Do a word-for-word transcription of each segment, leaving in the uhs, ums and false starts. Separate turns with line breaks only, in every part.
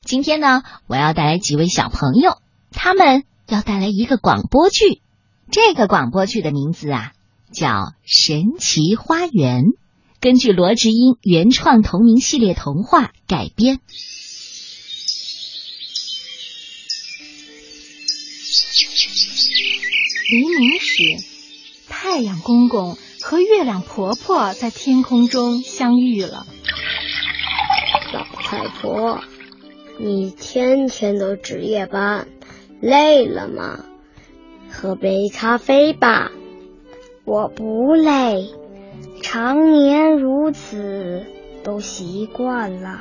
今天呢，我要带来几位小朋友，他们要带来一个广播剧。这个广播剧的名字啊，叫《神奇花园》，根据罗直英原创同名系列童话改编。
黎明时，太阳公公和月亮婆婆在天空中相遇了。
老太婆，你天天都值夜班，累了吗？喝杯咖啡吧。我不累，常年如此，都习惯了。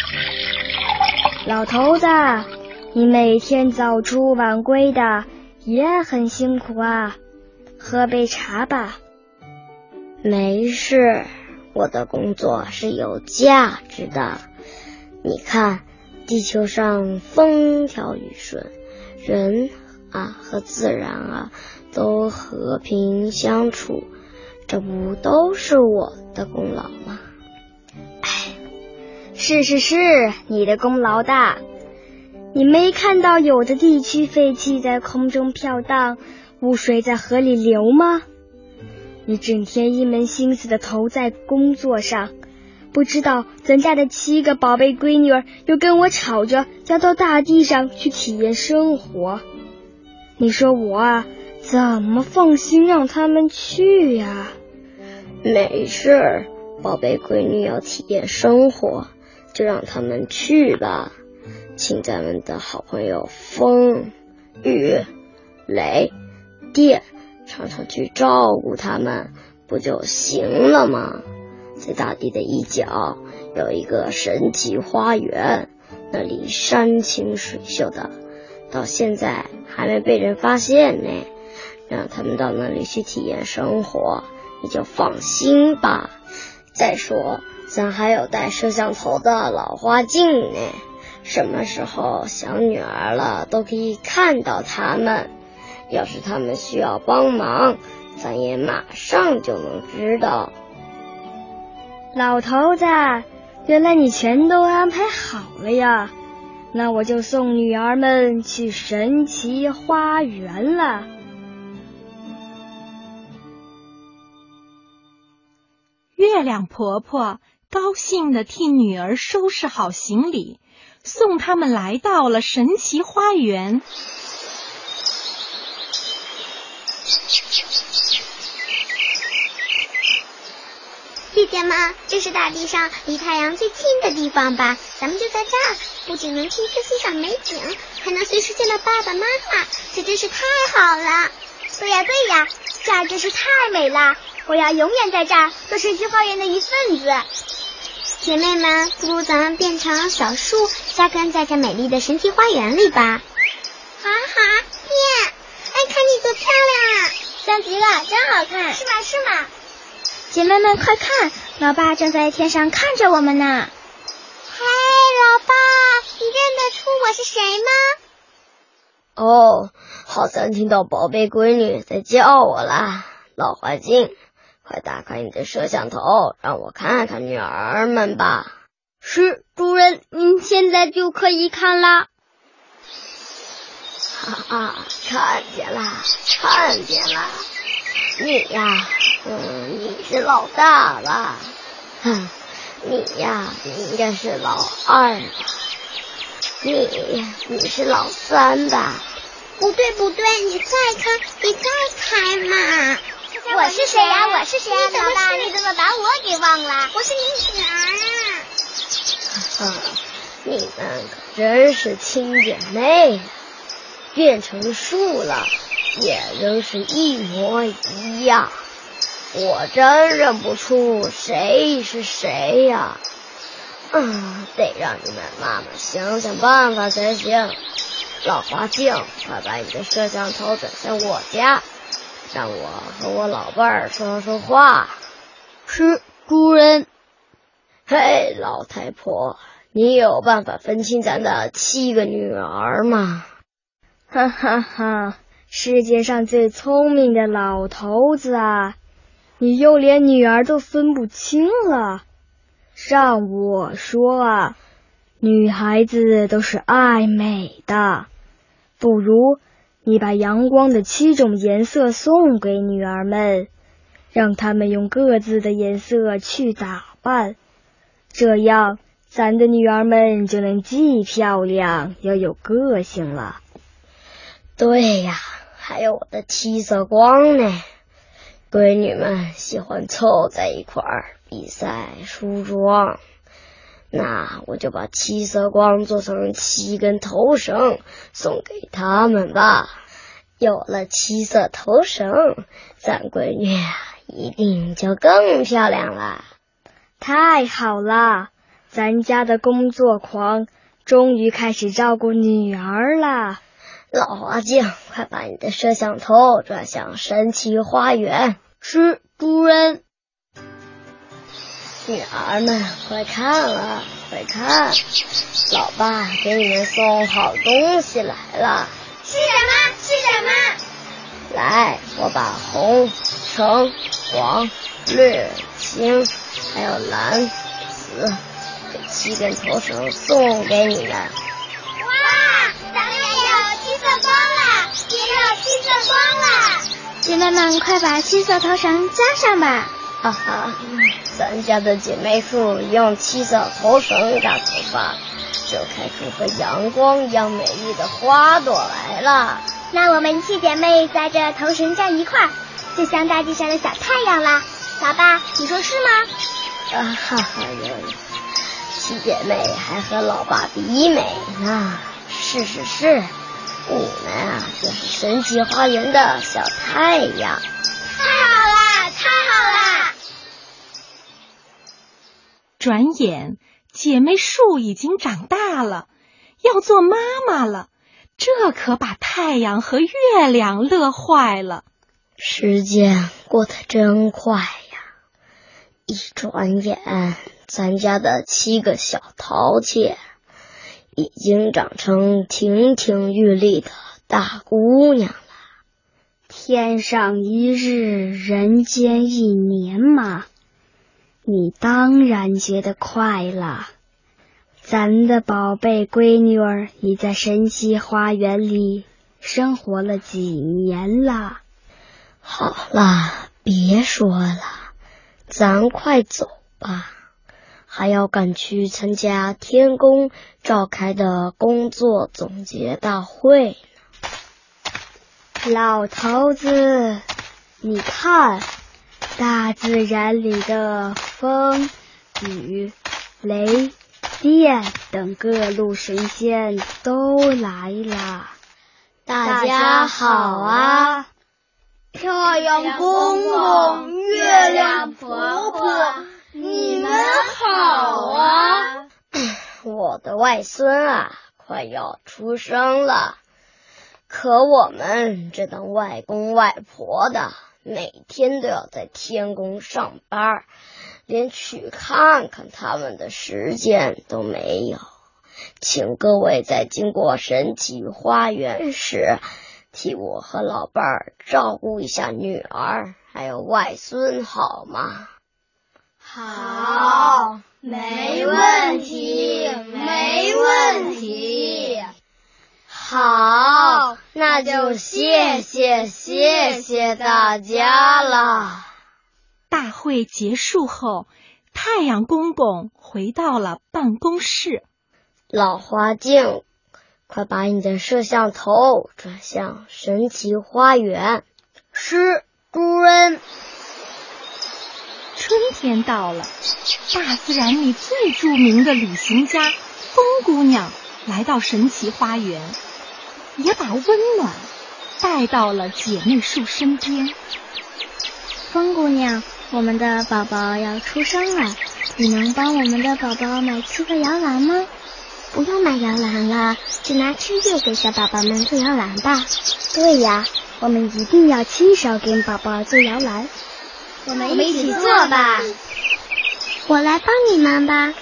老头子，你每天早出晚归的，也很辛苦啊，喝杯茶吧。没事，我的工作是有价值的。你看，地球上风调雨顺，人啊和自然啊都和平相处，这不都是我的功劳吗？哎，是是是，你的功劳大。你没看到有的地区废气在空中飘荡，污水在河里流吗？你整天一门心思的投在工作上，不知道咱家的七个宝贝闺女儿又跟我吵着要到大地上去体验生活。你说我啊，怎么放心让他们去呀？没事，宝贝闺女要体验生活，就让他们去吧。请咱们的好朋友风、雨、雷、电常常去照顾他们，不就行了吗？在大地的一角有一个神奇花园，那里山清水秀的，到现在还没被人发现呢。让他们到那里去体验生活，你就放心吧。再说咱还有带摄像头的老花镜呢，什么时候想女儿了都可以看到他们。要是他们需要帮忙，咱也马上就能知道。老头子，原来你全都安排好了呀，那我就送女儿们去神奇花园了。
月亮婆婆高兴地替女儿收拾好行李，送他们来到了神奇花园。
姐姐们，这是大地上离太阳最近的地方吧？咱们就在这儿，不仅能亲自欣赏美景，还能随时见到爸爸妈妈，这真是太好了。对呀对呀，这儿真是太美了，我要永远在这儿做神奇花园的一份子。姐妹们，不如咱们变成小树，扎根在这美丽的神奇花园里吧。好好变，哎，看你多漂亮啊，像极了，真好看。是吗是吗？姐妹们快看，老爸正在天上看着我们呢。嘿，老爸，你认得出我是谁吗？
哦，好像听到宝贝闺女在叫我啦。老花镜，快打开你的摄像头，让我看看女儿们吧。是，主人，您现在就可以看啦。哈哈，看见了，看见了。你呀，嗯，你是老大吧？哼，你呀，你应该是老二吧？你，你是老三吧？
不对不对，你再看，你再猜嘛！我是谁呀、啊？我是谁呀、啊？你怎么是？你怎么把我给忘了？我是你女儿啊！
啊，你们可真是亲姐妹啊！变成树了，也仍是一模一样，我真认不出谁是谁呀！嗯，得让你们妈妈想想办法才行。老花镜，快把你的摄像头转向我家，让我和我老伴儿说说话。是，主人。嘿，老太婆，你有办法分清咱的七个女儿吗？哈哈哈，世界上最聪明的老头子啊，你又连女儿都分不清了。让我说啊， 女孩子都是爱美的，不如你把阳光的七种颜色送给女儿们，让她们用各自的颜色去打扮，这样咱的女儿们就能既漂亮又有个性了。
对呀，还有我的七色光呢。闺女们喜欢凑在一块儿比赛梳妆，那我就把七色光做成七根头绳送给她们吧。有了七色头绳，咱闺女啊一定就更漂亮了。
太好了，咱家的工作狂终于开始照顾女儿了。
老花镜，快把你的摄像头转向神奇花园。
是，主人。
女儿们，快看啊，快看，老爸给你们送好东西来了。
是什么？是什么？
来，我把红、橙、黄、绿、青，还有蓝、紫这七根头绳送给你们。
哇，咱们也有七色光了，也有七色光了！
姐妹们，快把七色头绳加上吧！
哈哈，咱家的姐妹树用七色头绳扎头发，就开出和阳光一样美丽的花朵来了。
那我们七姐妹在这头绳站一块儿，就像大地上的小太阳啦。老爸，你说是吗？
啊哈哈哟，七姐妹还和老爸比美呢。是是是，你们啊就是神奇花园的小太阳。
太好了，太好了！
转眼，姐妹树已经长大了，要做妈妈了。这可把太阳和月亮乐坏了。
时间过得真快呀，一转眼，咱家的七个小桃妾已经长成亭亭玉立的大姑娘了。
天上一日，人间一年嘛，你当然觉得快了。咱的宝贝闺女儿已在神奇花园里生活了几年了。
好了，别说了，咱快走吧，还要赶去参加天宫召开的工作总结大会
呢。老头子，你看，大自然里的风、雨、雷、电等各路神仙都来了。
大家好啊！
太阳公公，月亮婆婆，你们好啊！
我的外孙啊，快要出生了，可我们这当外公外婆的，每天都要在天宫上班，连去看看他们的时间都没有。请各位在经过神奇花园时，替我和老伴儿照顾一下女儿还有外孙好吗？
好，没问题，没问题。
好，那就谢谢谢谢大家了。
大会结束后，太阳公公回到了办公室。
老花镜，快把你的摄像头转向神奇花园。
是，主人。
春天到了，大自然里最著名的旅行家风姑娘来到神奇花园，也把温暖带到了姐妹树身边。
风姑娘，我们的宝宝要出生了，你能帮我们的宝宝买七个摇篮吗？
不用买摇篮了，就拿吃叶给小宝宝们做摇篮吧。
对呀，我们一定要亲手给宝宝做摇篮。
我们一起做吧。
我来帮你们吧。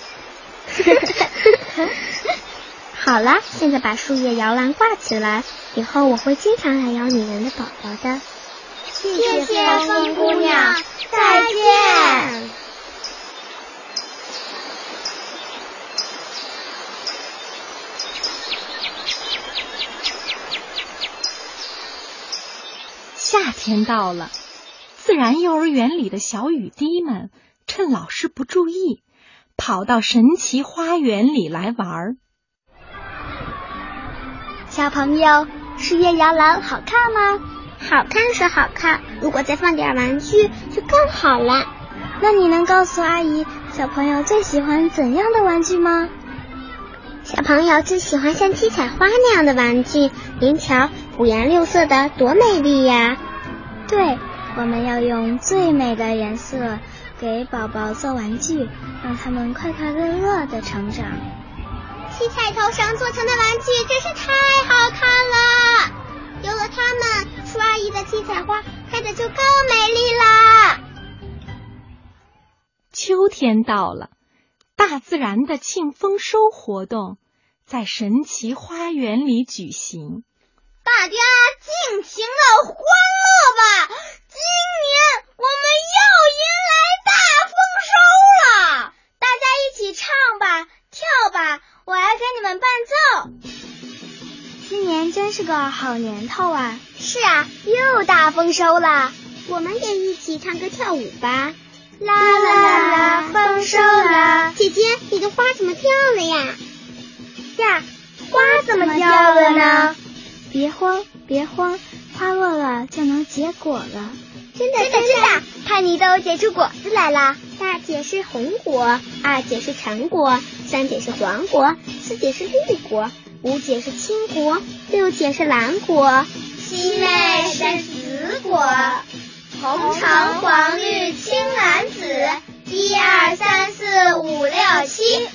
好了，现在把树叶摇篮挂起来，以后我会经常来摇你们的宝宝的。
谢谢风姑娘，再见。
天到了，自然幼儿园里的小雨滴们趁老师不注意，跑到神奇花园里来玩。
小朋友，十月摇篮好看吗？
好看是好看，如果再放点玩具就更好了。
那你能告诉阿姨，小朋友最喜欢怎样的玩具吗？
小朋友最喜欢像七彩花那样的玩具，您瞧，五颜六色的多美丽呀！
对，我们要用最美的颜色给宝宝做玩具，让他们快快乐乐的成长。
七彩头绳做成的玩具真是太好看了，有了它们，舒阿姨的七彩花开的就更美丽啦。
秋天到了，大自然的庆丰收活动在神奇花园里举行。
大家尽情的欢乐吧，今年我们又迎来大丰收了！大家一起唱吧，跳吧，我来给你们伴奏。
今年真是个好年头啊！
是啊，又大丰收了，我们也一起唱歌跳舞吧。
啦啦啦，丰收啦！
姐姐，你的花怎么掉了呀？
呀，花怎么掉了呢？别慌，别慌，花落了就能结果了。
真的，真的，真的，
看你都结出果子来了。
大姐是红果，二姐是橙果，三姐是黄果，四姐是绿果，五姐是青果，六姐是蓝果，
七妹是紫果。红橙黄绿青蓝紫，一二三四五六七。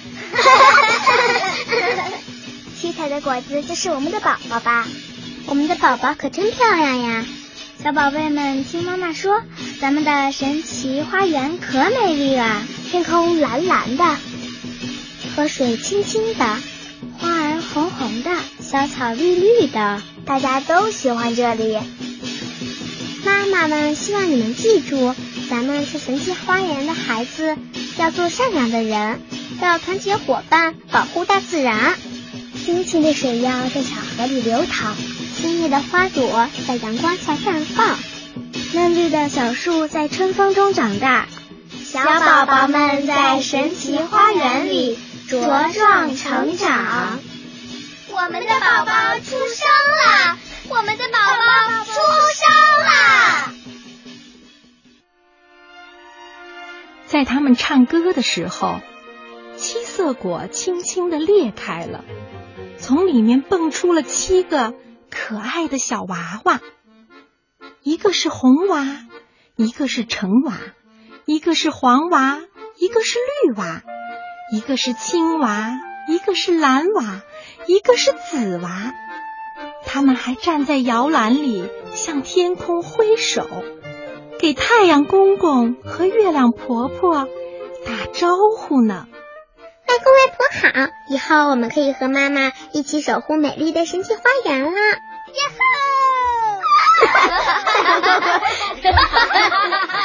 七彩的果子就是我们的宝宝吧？
我们的宝宝可真漂亮呀！
小宝贝们，听妈妈说，咱们的神奇花园可美丽了，天空蓝蓝的，
河水清清的，
花儿红红的，小草绿绿的，大家都喜欢这里。
妈妈们希望你们记住，咱们是神奇花园的孩子，要做善良的人，要团结伙伴，保护大自然。
清清的水要在小河里流淌，
鲜艳的花朵在阳光下绽放，
嫩绿的小树在春风中长大。
小宝宝们在神奇花园里茁壮成长。我们的宝宝出生了，我们的宝宝出生了。
在他们唱歌的时候，七色果轻轻地裂开了，从里面蹦出了七个可爱的小娃娃，一个是红娃，一个是橙娃，一个是黄娃，一个是绿娃，一个是青娃，一个是蓝娃，一个是紫娃。他们还站在摇篮里向天空挥手，给太阳公公和月亮婆婆打招呼呢。
外公外婆好，以后我们可以和妈妈一起守护美丽的神奇花园了。
耶吼！